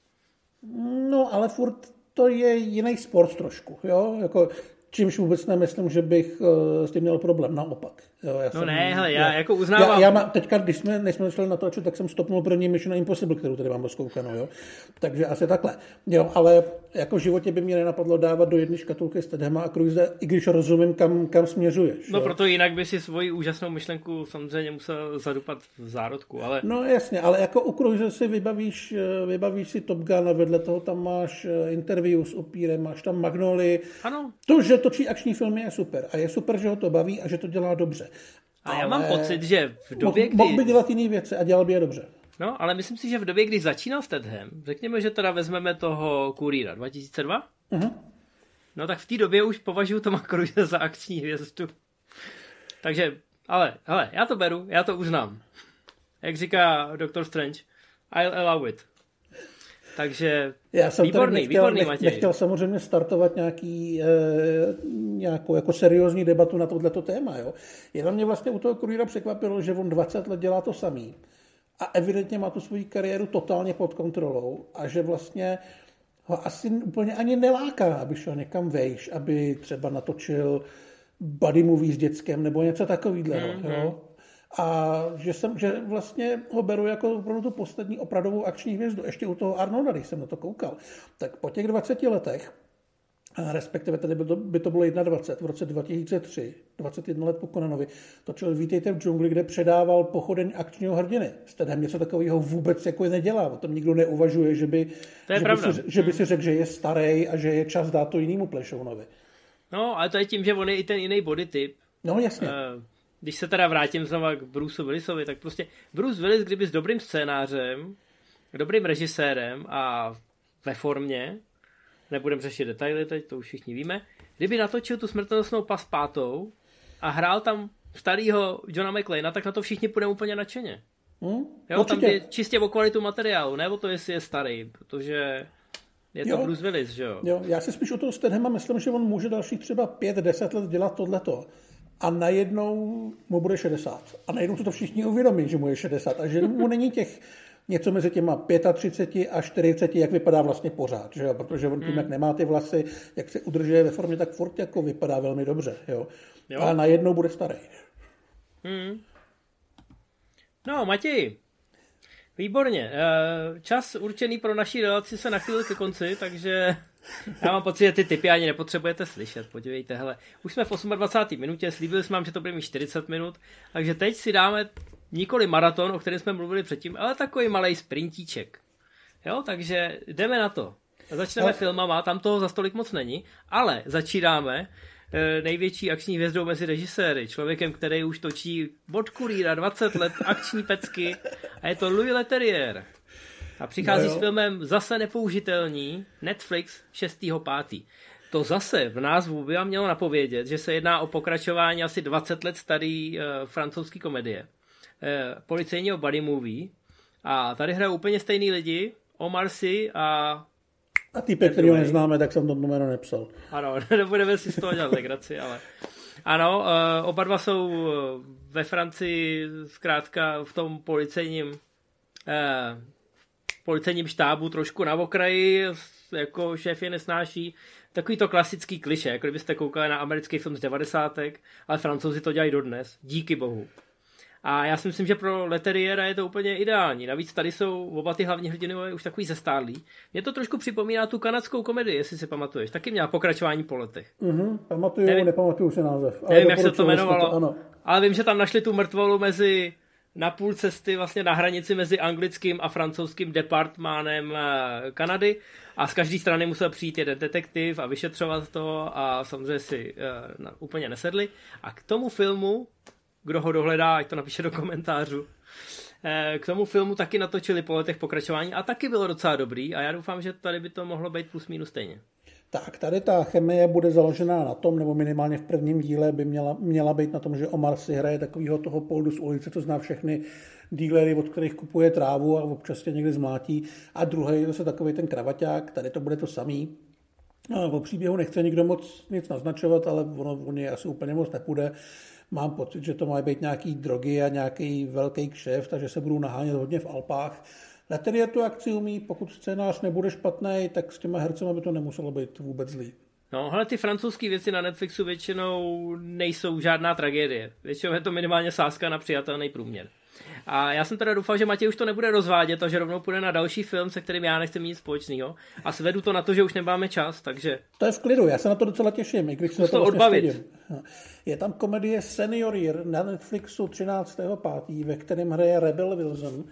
No, ale furt to je jiný sport trošku, jo? Jako, čímž vůbec nemyslím, že bych uh, s tím měl problém, naopak. Jo, já no jsem, ne, hele, já, já jako uznávám. Já, já má, teďka, když jsme, než jsme začali natočit, tak jsem stopnul první Mission Impossible, kterou tady mám rozkoukanou, jo. Takže asi takhle. Jo, ale jako v životě by mě nenapadlo dávat do jedné škatulky Stathama a Cruise, i když rozumím, kam, kam směřuješ. No jo. proto jinak by si svoji úžasnou myšlenku samozřejmě musel zadupat v zárodku, ale... No jasně, ale jako u Cruise si vybavíš, vybavíš si Top Gun a vedle toho tam máš interview s upírem, máš tam Magnolii. Ano. To, že točí akční filmy, je super. A je super, že ho to baví a že to dělá dobře. A já mám pocit, že v době, kdy... Mohl by dělat jiný věci a dělal by je dobře. No, ale myslím si, že v době, kdy začínal Statham, řekněme, že teda vezmeme toho Kurýra dva tisíce dva, uh-huh. No tak v té době už považuji Toma Cruise za akční hvězdu. Takže, ale, hele, já to beru, já to uznám. Jak říká doktor Strange, I'll allow it. Takže já jsem výborný, nechtěl, výborný nech, Matěj. Nechtěl samozřejmě startovat nějaký, e, nějakou jako seriózní debatu na tohleto téma. Jo. Jenom mě vlastně u toho Kurýra překvapilo, že on dvacet let dělá to samý. A evidentně má tu svou kariéru totálně pod kontrolou a že vlastně ho asi úplně ani neláká, aby šel někam vejš, aby třeba natočil buddy movie s dětskem nebo něco takového. Mm-hmm. A že, jsem, že vlastně ho beru jako opravdu tu poslední opravdovou akční hvězdu. Ještě u toho Arnolda, když jsem na to koukal, tak po těch dvaceti letech, respektive tady by to, by to bylo dvacet jedna, v roce dva tisíce tři, dvacet jedna let po Conanovi, točil Vítejte v džungli, kde předával pochodeň akčního hrdiny. Statham něco takového vůbec jako nedělá. O tom nikdo neuvažuje, že by, to je že by, si, že by si řekl, že je starý a že je čas dát to jinému plešounovi. No, ale to je tím, že on je i ten jiný body typ. No, jasně. Uh, Když se teda vrátím znova k Bruce Willisovi, tak prostě Bruce Willis, kdyby s dobrým scénářem, dobrým režisérem a ve formě, nebudem řešit detaily teď, to už všichni víme, kdyby natočil tu Smrtonosnou pas pátou a hrál tam starýho Johna McClane'a, tak na to všichni půjdeme úplně nadšeně. Hmm, jo, tam je čistě o kvalitu materiálu, ne o to, jestli je starý, protože je to jo. Bruce Willis, že jo? Jo, já si spíš u toho Stathama myslím, že on může dalších třeba pět deset let dělat tohleto. A najednou mu bude šedesát. A najednou se to všichni uvědomí, že mu je šedesát. A že mu není těch něco mezi těma třicet pět a čtyřicet, jak vypadá vlastně pořád. Že jo? Protože on tím, hmm. jak nemá ty vlasy, jak se udržuje ve formě, tak furt jako vypadá velmi dobře. Jo? Jo. A najednou bude starý. Hmm. No, Matěj, výborně. Čas určený pro naší relaci se nachýlil ke konci, takže já mám pocit, že ty tipy ani nepotřebujete slyšet. Podívejte, hele, už jsme v dvacáté osmé minutě, slíbili jsme vám, že to bude mít čtyřicet minut, takže teď si dáme nikoli maraton, o kterém jsme mluvili předtím, ale takový malej sprintíček. Jo, takže jdeme na to. Začneme no. filmama, tam toho za stolik moc není, ale začínáme e, největší akční hvězdou mezi režiséry, člověkem, který už točí od Kurýra dvacet let akční pecky a je to Louis Leterrier. A přichází no s filmem Zase nepoužitelný, Netflix šestého pátého To zase v názvu by vám mělo napovědět, že se jedná o pokračování asi dvacet let starý e, francouzský komedie. E, policejního buddy movie. A tady hrajou úplně stejný lidi, Omar Sy a... A týpek, který ho neznáme, tak jsem to jméno nepsal. Ano, nebudeme si z toho dělat legraci, ale... Ano, e, oba dva jsou ve Francii zkrátka v tom policejním... E, policejním štábu trošku na okraji, jako šéf je nesnáší. Takový to klasický klišé, jako kdybyste koukali na americký film z devadesátek, ale Francouzi to dělají dodnes, díky bohu. A já si myslím, že pro Leterriera je to úplně ideální. Navíc tady jsou oba ty hlavní hrdinové už takový zestárlí. Mě to trošku připomíná tu kanadskou komedii, jestli si pamatuješ. Taky měla pokračování po letech. Mhm, pamatuju, nevím, nepamatuju si název. Nevím, jak se to jmenovalo, to, ano. Ale vím, že tam našli tu mrtvolu mezi... na půl cesty vlastně na hranici mezi anglickým a francouzským departmánem Kanady a z každé strany musel přijít jeden detektiv a vyšetřovat to a samozřejmě si uh, úplně nesedli. A k tomu filmu, kdo ho dohledá, ať to napíše do komentářu, K tomu filmu taky natočili po letech pokračování a taky bylo docela dobrý a já doufám, že tady by to mohlo být plus minus stejně. Tak, tady ta chemie bude založená na tom, nebo minimálně v prvním díle by měla, měla být na tom, že Omar si hraje takovýho toho poldu z ulice, co zná všechny dílery, od kterých kupuje trávu a občas tě někdy zmlátí. A druhý je zase takový ten kravaťák, tady to bude to samý. O příběhu nechce nikdo moc nic naznačovat, ale ono, on je asi úplně moc nepůjde. Mám pocit, že to mají být nějaký drogy a nějaký velký kšeft, takže se budou nahánět hodně v Alpách. Letelier tu akci umí, pokud scénář nebude špatný, tak s těma hercema by to nemuselo být vůbec zlý. No, hele, ty francouzské věci na Netflixu většinou nejsou žádná tragédie. Většinou je to minimálně sázka na přijatelný průměr. A já jsem teda doufal, že Matěj už to nebude rozvádět a že rovnou půjde na další film, se kterým já nechci mít nic společného. A svedu to na to, že už nemáme čas, takže... To je v klidu, já se na to docela těším, i když se na to, to vlastně odbavit. Stydím. Je tam komedie Senior Year na Netflixu třináctého pátého ve kterém hraje Rebel Wilson,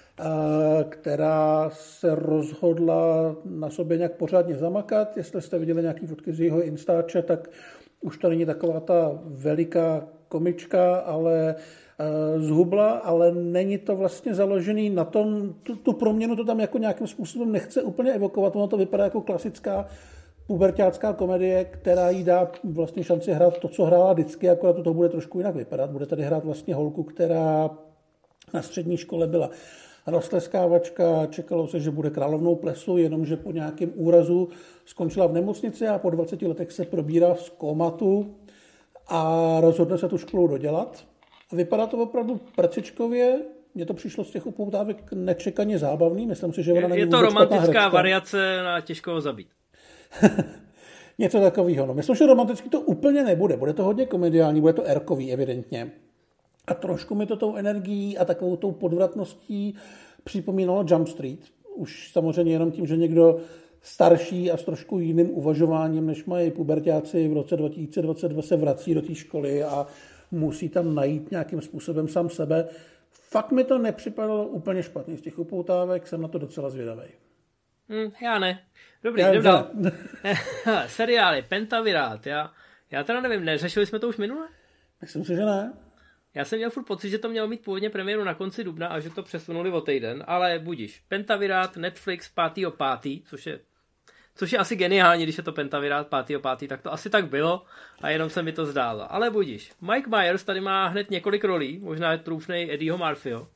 která se rozhodla na sobě nějak pořádně zamakat. Jestli jste viděli nějaký fotky z jeho Instače, tak už to není taková ta veliká komička, ale zhubla, ale není to vlastně založený na tom, tu, tu proměnu to tam jako nějakým způsobem nechce úplně evokovat. Ono to vypadá jako klasická puberťácká komedie, která jí dá vlastně šanci hrát to, co hrála vždycky, akorát to bude trošku jinak vypadat. Bude tady hrát vlastně holku, která na střední škole byla roztleskávačka, čekalo se, že bude královnou plesu, jenomže po nějakém úrazu skončila v nemocnici a po dvaceti letech se probírá z komatu a rozhodne se tu školu dodělat. Vypadá to opravdu prcičkově, mně to přišlo z těch upoutávek nečekaně zábavný, myslím si, že ona není je to romantická variace na těžko ho zabít. Něco takového. No. Myslím, že romantický to úplně nebude, bude to hodně komediální, bude to erkový evidentně. A trošku mi to tou energií a takovou tou podvratností připomínalo Jump Street. Už samozřejmě jenom tím, že někdo starší a s trošku jiným uvažováním, než mají puberťáci v roce dva tisíce dvacet dva se vrací do té školy a musí tam najít nějakým způsobem sám sebe. Fakt mi to nepřipadalo úplně špatně z těch upoutávek, jsem na to docela zvědavý. Hmm, já ne. Dobrý, já jdem dál. Seriály, Pentavirát, já, já teda nevím, neřešili jsme to už minule? Myslím si, že ne. Já jsem měl furt pocit, že to mělo mít původně premiéru na konci dubna a že to přesunuli o týden, ale budiš. Pentavirát, Netflix, pátého pátého což je, což je asi geniální, když je to Pentavirát pátého pátého tak to asi tak bylo a jenom se mi to zdálo. Ale budiš. Mike Myers tady má hned několik rolí, možná je trůfnej Eddieho Murphyho.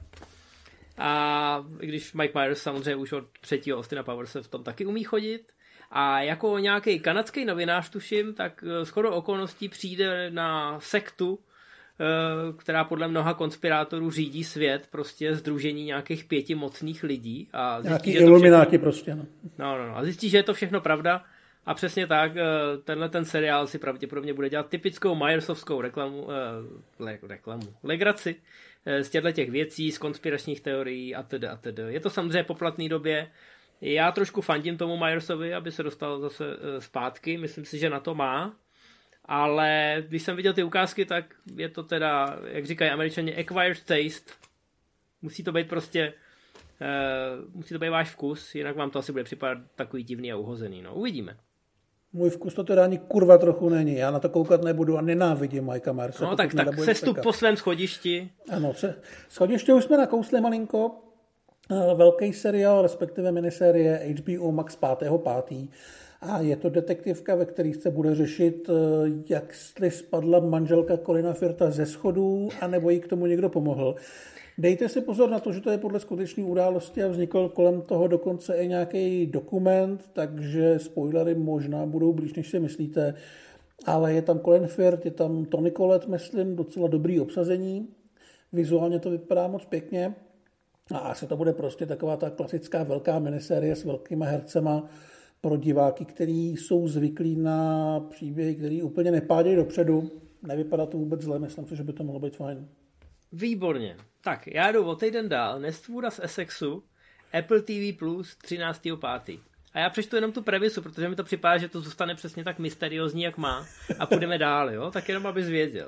A když Mike Myers samozřejmě už od třetího Austina Powerse v tom taky umí chodit. A jako nějaký kanadský novinář, tuším, tak shodou okolností přijde na sektu, která podle mnoha konspirátorů řídí svět, prostě sdružení nějakých pěti mocných lidí. A zjistí, nějaký že ilumináti všechno... prostě. No. No, no, no. A zjistí, že je to všechno pravda. A přesně tak, tenhle ten seriál si pravděpodobně bude dělat typickou Myersovskou reklamu, le, reklamu, legraci z těchto těch věcí, z konspiračních teorií a tedy a tedy. Je to samozřejmě po platné době. Já trošku fandím tomu Myersovi, aby se dostal zase zpátky. Myslím si, že na to má. Ale když jsem viděl ty ukázky, tak je to teda, jak říkají Američani, acquired taste. Musí to být prostě, uh, musí to být váš vkus, jinak vám to asi bude připadat takový divný a uhozený. No, uvidíme. Můj vkus to teda ani kurva trochu není. Já na to koukat nebudu a nenávidím Mikea Myersa. No tak, tak sestup po svém schodišti. Ano, se, schodiště už jsme nakousli malinko. Velký seriál, respektive miniserie H B O Max pátého pátého A je to detektivka, ve které se bude řešit, jak spadla manželka Colina Firtha ze schodů, anebo jí k tomu někdo pomohl. Dejte si pozor na to, že to je podle skutečné události a vznikl kolem toho dokonce i nějaký dokument, takže spoilery možná budou blíž, než si myslíte. Ale je tam Colin Firth, je tam Toni Collette, myslím, docela dobrý obsazení. Vizuálně to vypadá moc pěkně. A asi to bude prostě taková ta klasická velká minisérie s velkýma hercema pro diváky, kteří jsou zvyklí na příběhy, který úplně nepádějí dopředu. Nevypadá to vůbec zle, myslím si, že by to mohlo být fajn. Výborně. Tak, já jdu o týden dál. Nestvůra z Essexu, Apple T V Plus, třináctého pátého A já přečtu jenom tu premisu, protože mi to připadá, že to zůstane přesně tak mysteriózní, jak má. A půjdeme dál, jo? Tak jenom, abys věděl.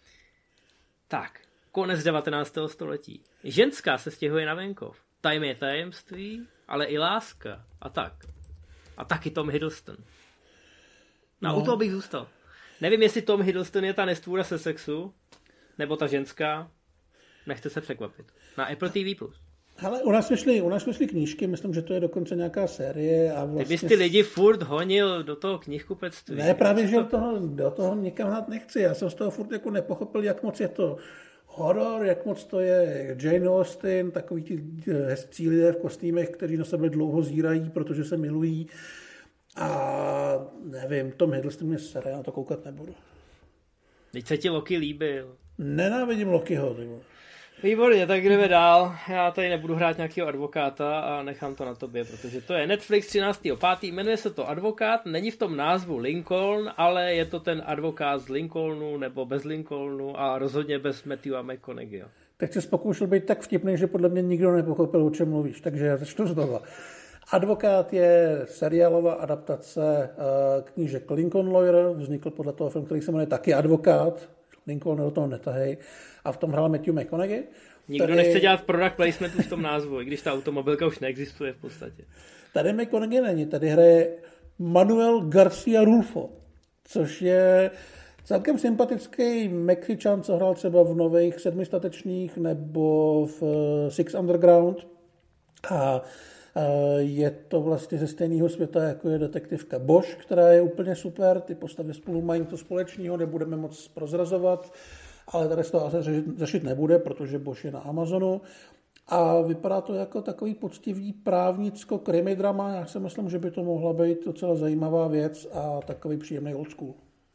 Tak, konec devatenáctého století. Ženská se stěhuje na venkov. Time je tajemství, ale i láska. A tak. A taky Tom Hiddleston. No, no. U toho bych zůstal. Nevím, jestli Tom Hiddleston je ta nestvůra se sexu, nebo ta ženská. Nechte se překvapit. Na Apple T V plus. Ale u nás vyšly, u nás vyšly knížky, myslím, že to je dokonce nějaká série. A vlastně... Ty bys ty lidi furt honil do toho knihkupectví. Ne, právě, že do toho, do toho nikam hnát nechci. Já jsem z toho furt jako nepochopil, jak moc je to horor, jak moc to je Jane Austen, takový ti hezcí lidé v kostýmech, kteří na sebe dlouho zírají, protože se milují. A nevím, Tom Hiddleston mě sere, já na to koukat nebudu. Teď se ti Loki líbil. Nenávidím Lokiho. Výborně, tak jdeme dál. Já tady nebudu hrát nějakého advokáta a nechám to na tobě, protože to je Netflix třináctého pátého Jmenuje se to Advokát, není v tom názvu Lincoln, ale je to ten advokát z Lincolnu nebo bez Lincolnu a rozhodně bez Matthewa McConaugheyho. Tak jsi pokoušel být tak vtipný, že podle mě nikdo nepochopil, o čem mluvíš, takže já začnu znova. Advokát je seriálová adaptace knížek Lincoln Lawyer, vznikl podle toho film, který se jmenuje taky Advokát, Lincoln do toho netahej, a v tom hrál Matthew McConaughey. Nikdo tady... nechce dělat product placementu v tom názvu, i když ta automobilka už neexistuje v podstatě. Tady McConaughey není, tady hraje Manuel Garcia Rulfo, což je celkem sympatický Mexičan, co hrál třeba v nových Sedmi statečných nebo v Six Underground. A je to vlastně ze stejného světa, jako je detektivka Bosch, která je úplně super, ty postavy spolu mají to společného, nebudeme moc prozrazovat, ale tady se to asi řešit nebude, protože Bosch je na Amazonu a vypadá to jako takový poctivý právnicko-krimi drama. Já si myslím, že by to mohla být docela zajímavá věc a takový příjemný old school.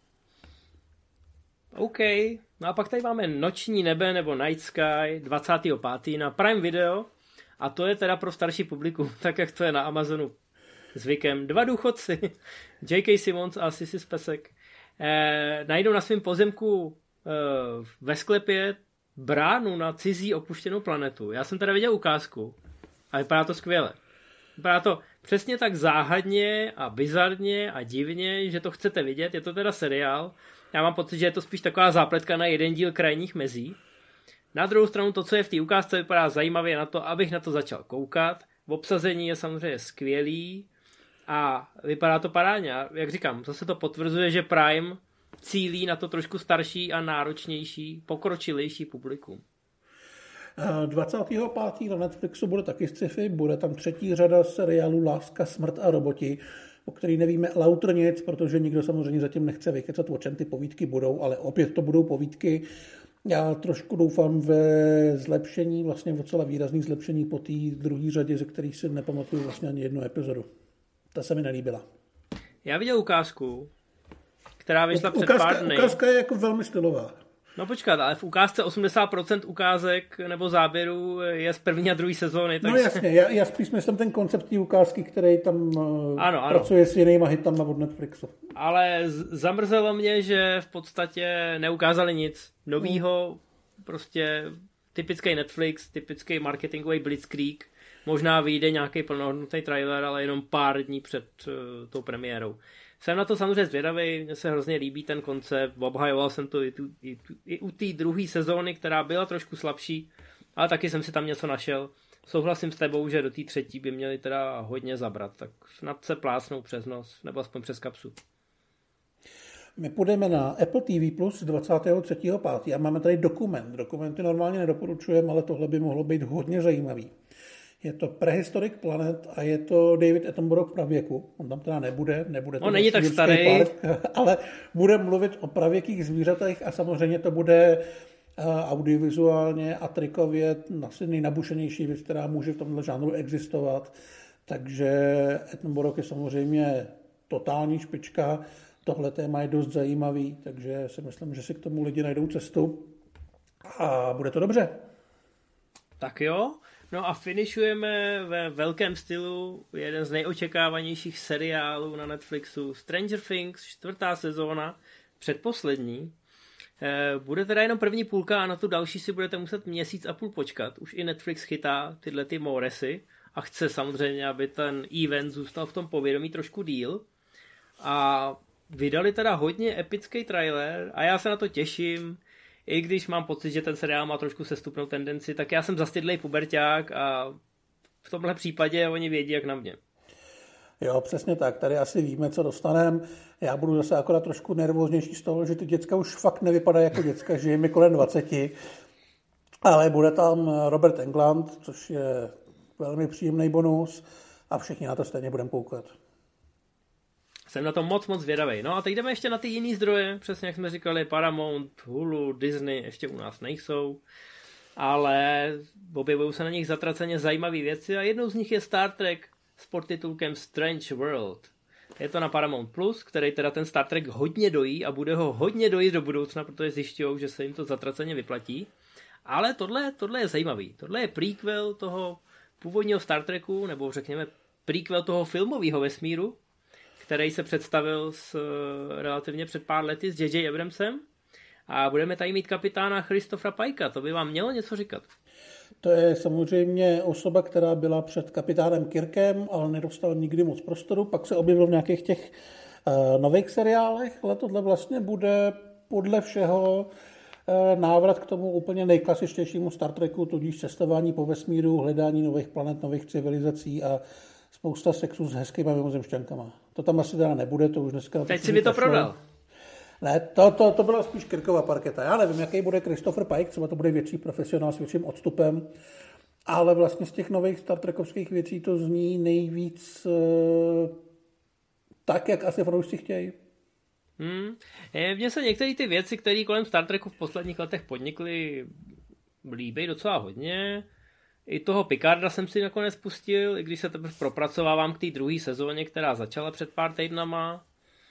OK, no a pak tady máme Noční nebe nebo Night Sky dvacátého pátého na Prime Video. A to je teda pro starší publikum, tak jak to je na Amazonu zvykem. Dva důchodci, J K. Simmons a Sissy Spacek, eh, najdou na svém pozemku eh, ve sklepě bránu na cizí opuštěnou planetu. Já jsem teda viděl ukázku a vypadá to skvěle. Vypadá to přesně tak záhadně a bizarně a divně, že to chcete vidět. Je to teda seriál. Já mám pocit, že je to spíš taková zápletka na jeden díl Krajních mezí. Na druhou stranu to, co je v té ukázce, vypadá zajímavě na to, abych na to začal koukat. V obsazení je samozřejmě skvělý a vypadá to parádně. Jak říkám, zase to potvrzuje, že Prime cílí na to trošku starší a náročnější, pokročilejší publikum. dvacátého pátého na Netflixu bude taky sci-fi, bude tam třetí řada seriálu Láska, smrt a roboti, o který nevíme lauter nic, protože nikdo samozřejmě zatím nechce vykecat, o čem ty povídky budou, ale opět to budou povídky. Já trošku doufám ve zlepšení, vlastně docela výrazný zlepšení po té druhé řadě, ze kterých si nepamatuju vlastně ani jednu epizodu. Ta se mi nelíbila. Já viděl ukázku, která vyšla U, před ukázka, pár dny. Ukázka je jako velmi stylová. No počkat, ale v ukázce osmdesát procent ukázek nebo záběrů je z první a druhé sezóny. Tak... No jasně, já, já spíš myslím ten koncept té ukázky, který tam ano, pracuje ano. s jinýma hitama od Netflixu. Ale zamrzelo mě, že v podstatě neukázali nic novýho, hmm. prostě typický Netflix, typický marketingový blitzkrieg. Možná vyjde nějaký plnohodnotný trailer, ale jenom pár dní před uh, tou premiérou. Jsem na to samozřejmě zvědavý, mně se hrozně líbí ten koncept, obhajoval jsem to i, tu, i, tu, i u té druhé sezóny, která byla trošku slabší, ale taky jsem si tam něco našel. Souhlasím s tebou, že do té třetí by měli teda hodně zabrat, tak snad se plásnou přes nos, nebo aspoň přes kapsu. My půjdeme na Apple T V plus dvacátého třetího pátého a máme tady dokument. Dokumenty normálně nedoporučujeme, ale tohle by mohlo být hodně zajímavý. Je to Prehistoric Planet a je to David Attenborough v pravěku. On tam teda nebude, nebude to On není tak starý, park, ale bude mluvit o pravěkých zvířatech a samozřejmě to bude audiovizuálně a trikově asi nejnabušenější věc, která může v tomhle žánru existovat. Takže Attenborough je samozřejmě totální špička. Tohle téma je dost zajímavý, takže si myslím, že si k tomu lidi najdou cestu a bude to dobře. Tak jo. No a finišujeme ve velkém stylu jeden z nejočekávanějších seriálů na Netflixu, Stranger Things, čtvrtá sezóna, předposlední. Bude teda jenom první půlka a na tu další si budete muset měsíc a půl počkat. Už i Netflix chytá tyhle ty moresy a chce samozřejmě, aby ten event zůstal v tom povědomí trošku díl. A vydali teda hodně epický trailer a já se na to těším. I když mám pocit, že ten seriál má trošku sestupnou tendenci, tak já jsem zastydlej puberťák a v tomhle případě oni vědí, jak na mě. Jo, přesně tak. Tady asi víme, co dostaneme. Já budu zase akorát trošku nervóznější z toho, že ty děcka už fakt nevypadají jako děcka, že jim je kolem dvaceti. Ale bude tam Robert Englund, což je velmi příjemný bonus a všichni na to stejně budeme koukat. Jsem na to moc, moc zvědavej. No a teď jdeme ještě na ty jiný zdroje, přesně jak jsme říkali, Paramount, Hulu, Disney, ještě u nás nejsou, ale objevují se na nich zatraceně zajímavé věci a jednou z nich je Star Trek s podtitulkem Strange World. Je to na Paramount Plus, který teda ten Star Trek hodně dojí a bude ho hodně dojít do budoucna, protože zjišťují, že se jim to zatraceně vyplatí. Ale tohle, tohle je zajímavý. Tohle je prequel toho původního Star Treku, nebo řekněme prequel toho filmového vesmíru, který se představil s, relativně před pár lety s J J Abramsem. A budeme tady mít kapitána Christophera Pikea. To by vám mělo něco říkat. To je samozřejmě osoba, která byla před kapitánem Kirkem, ale nedostal nikdy moc prostoru. Pak se objevil v nějakých těch uh, nových seriálech, ale tohle vlastně bude podle všeho uh, návrat k tomu úplně nejklasičtějšímu Star Treku, tudíž cestování po vesmíru, hledání nových planet, nových civilizací a spousta sexu s hezkýma mimozemšťankama. To tam asi teda nebude, to už dneska... Teď si mi to prodal. Ne, to, to, to byla spíš Kirkova parketa. Já nevím, jaký bude Christopher Pike, třeba to bude větší profesionál s větším odstupem, ale vlastně z těch nových Star Trekovských věcí to zní nejvíc uh, tak, jak asi fanoušci chtějí. Hmm. Mně se některé ty věci, které kolem Star Treku v posledních letech podnikly, líbí docela hodně. I toho Picarda jsem si nakonec pustil, i když se teprve propracovávám k té druhé sezóně, která začala před pár týdnama.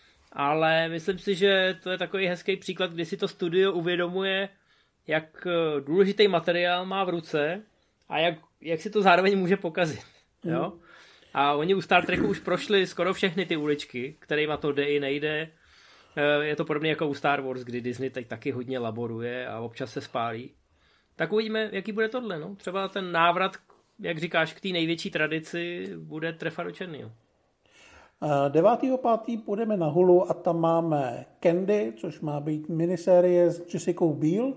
Ale myslím si, že to je takový hezký příklad, kdy si to studio uvědomuje, jak důležitý materiál má v ruce a jak, jak si to zároveň může pokazit. Mm. Jo? A oni u Star Treku už prošli skoro všechny ty uličky, kterýma to jde i nejde. Je to podobně jako u Star Wars, kdy Disney teď taky hodně laboruje a občas se spálí. Tak uvidíme, jaký bude tohle. No? Třeba ten návrat, jak říkáš, k té největší tradici bude trefa do černého. devátého pátého půjdeme na Hulu a tam máme Candy, což má být minisérie s Jessicou Biel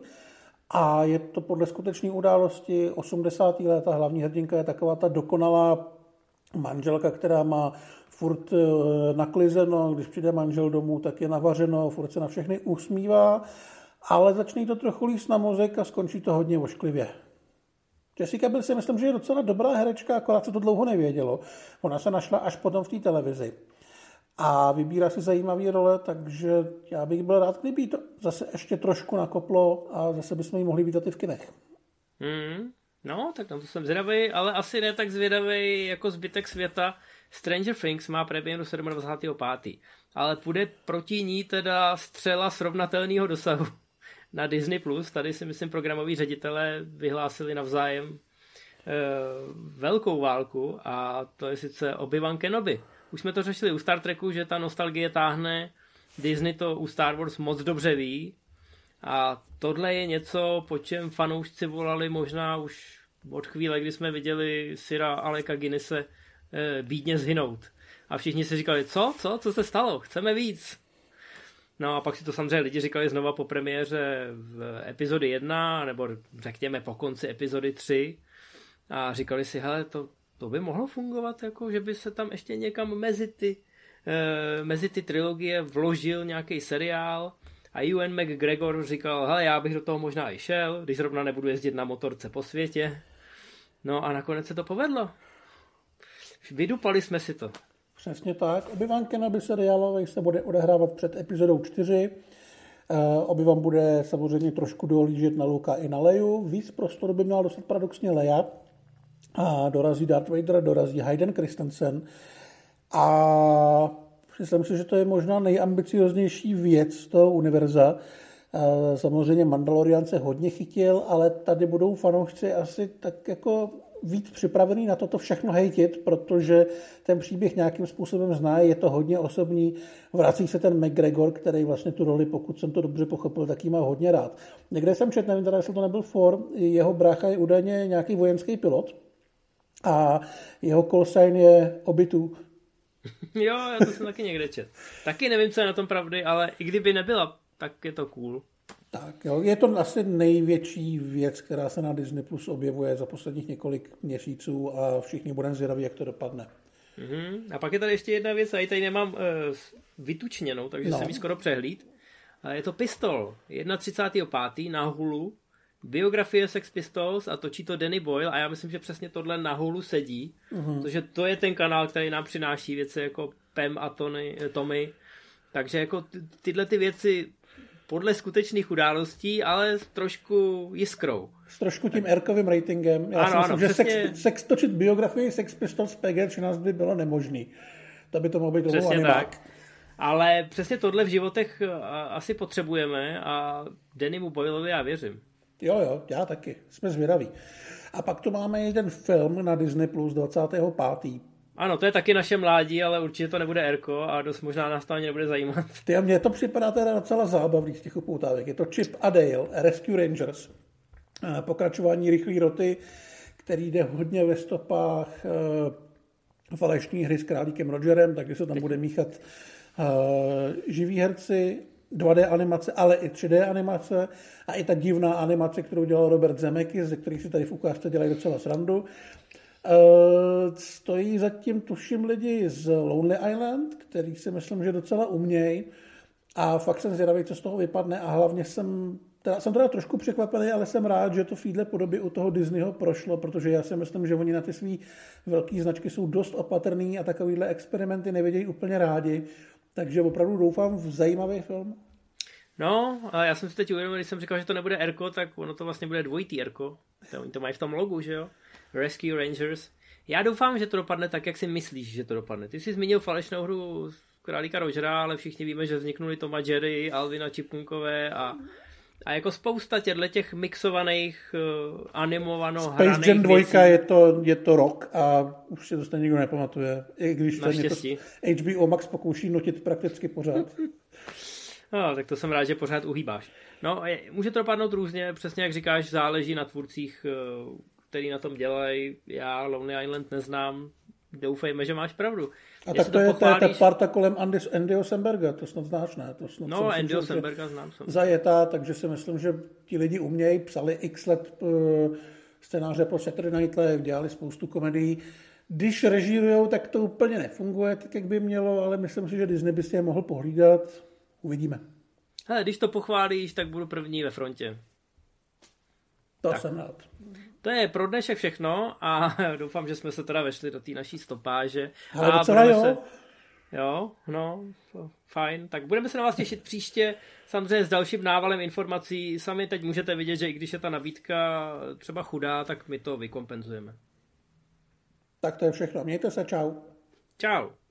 a je to podle skutečné události osmdesátých let. Hlavní hrdinka je taková ta dokonalá manželka, která má furt naklizeno, když přijde manžel domů, tak je navařeno, furt se na všechny usmívá, ale začne to trochu líst na mozek a skončí to hodně ošklivě. Jessica Biel si myslím, že je docela dobrá herečka, akorát se to dlouho nevědělo. Ona se našla až potom v té televizi. A vybírá si zajímavé role, takže já bych byl rád, kdyby to zase ještě trošku nakoplo a zase bychom ji mohli vidět i v kinech. Hmm, no, tak na to jsem zvědavý, ale asi ne tak zvědavý jako zbytek světa. Stranger Things má premiéru dvacátého sedmého pátého Ale půjde proti ní teda střela srovnatelného dosahu na Disney plus. Tady si myslím programoví ředitelé vyhlásili navzájem e, velkou válku a to je sice Obi-Wan Kenobi. Už jsme to řešili u Star Treku, že ta nostalgie táhne. Disney to u Star Wars moc dobře ví a tohle je něco, po čem fanoušci volali možná už od chvíle, kdy jsme viděli Sira Aleka Guinnesse e, bídně zhynout. A všichni si říkali, co, co, co se stalo, chceme víc. No a pak si to samozřejmě lidi říkali znova po premiéře v epizody jedna, nebo řekněme po konci epizody tři a říkali si, hele, to, to by mohlo fungovat, jako že by se tam ještě někam mezi ty, e, mezi ty trilogie vložil nějaký seriál a Ewan McGregor říkal, hele, já bych do toho možná i šel, když zrovna nebudu jezdit na motorce po světě. No a nakonec se to povedlo. Vydupali jsme si to. Přesně tak. Obi-Wan Kenobi seriálový se bude odehrávat před epizodou čtyři. Obi-Wan bude samozřejmě trošku dohlížet na Luka i na Leju. Víc prostoru by měla dostat paradoxně Leia. A dorazí Darth Vader, dorazí Hayden Christensen. A myslím si, že to je možná nejambicioznější věc z toho univerza. Samozřejmě Mandalorian se hodně chytil, ale tady budou fanoušci asi tak jako víc připravený na toto všechno hejtit, protože ten příběh nějakým způsobem zná, je to hodně osobní, vrací se ten McGregor, který vlastně tu roli, pokud jsem to dobře pochopil, tak jí má hodně rád. Někde jsem četl, nevím teda, jestli to nebyl for, jeho brácha je údajně nějaký vojenský pilot a jeho call sign je Obi-Tu. Jo, já to jsem taky někde čet. Taky nevím, co je na tom pravdy, ale i kdyby nebyla, tak je to cool. Tak jo, je to asi největší věc, která se na Disney Plus objevuje za posledních několik měsíců a všichni budeme zvědaví, jak to dopadne. Mm-hmm. A pak je tady ještě jedna věc, a ji tady nemám uh, vytučněnou, takže no. jsem ji skoro přehlíd. A je to Pistol, třicátého prvního pátého na Hulu, biografie Sex Pistols a točí to Danny Boyle a já myslím, že přesně tohle na Hulu sedí, mm-hmm. protože to je ten kanál, který nám přináší věci jako Pam a Tony, Tommy, takže jako ty, tyhle ty věci podle skutečných událostí, ale s trošku jiskrou. S trošku tím Erkovým ratingem. Já ano, si myslím, ano, že přesně... sex, sex, točit biografii Sex Pistols P G třináct by bylo nemožný. To by to mohl být přesně animák. Tak. Ale přesně tohle v životech asi potřebujeme a Dannymu Boyleovi já věřím. Jo, jo, já taky. Jsme zvědaví. A pak tu máme jeden film na Disney Plus dvacátého pátého Ano, to je taky naše mládí, ale určitě to nebude Erko a dost možná nás to ani nebude zajímat. Ty a mně to připadá teda docela zábavný z těch upoutávek. Je to Chip a Dale, Rescue Rangers. Pokračování rychlé roty, který jde hodně ve stopách falešní hry s králíkem Rogerem, takže se tam bude míchat živí herci, dva dé animace, ale i tři dé animace a i ta divná animace, kterou dělal Robert Zemeckis, ze kterých si tady v ukázce dělají docela srandu. Stojí zatím, tuším, lidi z Lonely Island, který si myslím, že docela umějí a fakt jsem zvědavý, co z toho vypadne a hlavně jsem teda, jsem teda trošku překvapený, ale jsem rád, že to v této podobě u toho Disneyho prošlo, protože já si myslím, že oni na ty svý velký značky jsou dost opatrný a takovýhle experimenty nevědějí úplně rádi, takže opravdu doufám v zajímavý film. No, a já jsem si teď uvědomil, když jsem říkal, že to nebude Erko, tak ono to vlastně bude dvojitý Erko. Oni to mají v tom logu, že jo? Rescue Rangers. Já doufám, že to dopadne tak, jak si myslíš, že to dopadne. Ty jsi zmínil falešnou hru Králíka Rogera, ale všichni víme, že vzniknuli Tom a Jerry, Alvina Čipunkové a, a jako spousta těchto těch mixovaných uh, animovano hraných Space Jam dva je to, je to rok a už si to stejně nikdo nepamatuje. I když se mě to H B O Max pokouší nutit prakticky pořád. No, tak to jsem rád, že pořád uhýbáš. No, je, může to dopadnout různě, přesně jak říkáš, záleží na tvůrcích, který na tom dělají. Já Lonely Island neznám, doufejme, že máš pravdu. A Mě tak to, to je, pochválíš... to je ta parta kolem Andy, Andyho Samberga, to snad znáš, ne? To snad no, Andyho Samberga znám. Jsem. Zajetá, takže si myslím, že ti lidi umějí, psali x let uh, scénáře pro Saturday Night Live, dělali spoustu komedií. Když režírujou, tak to úplně nefunguje tak, jak by mělo, ale myslím si, že Disney by si je mohl pohlídat. Uvidíme. Hele, když to pochválíš, tak budu první ve frontě. To tak. jsem rád. To je pro dnešek všechno a doufám, že jsme se teda vešli do té naší stopáže. Ale a docela jo. Se... Jo, no, fajn. Tak budeme se na vás těšit příště, samozřejmě s dalším návalem informací. Sami teď můžete vidět, že i když je ta nabídka třeba chudá, tak my to vykompenzujeme. Tak to je všechno. Mějte se, čau. Čau.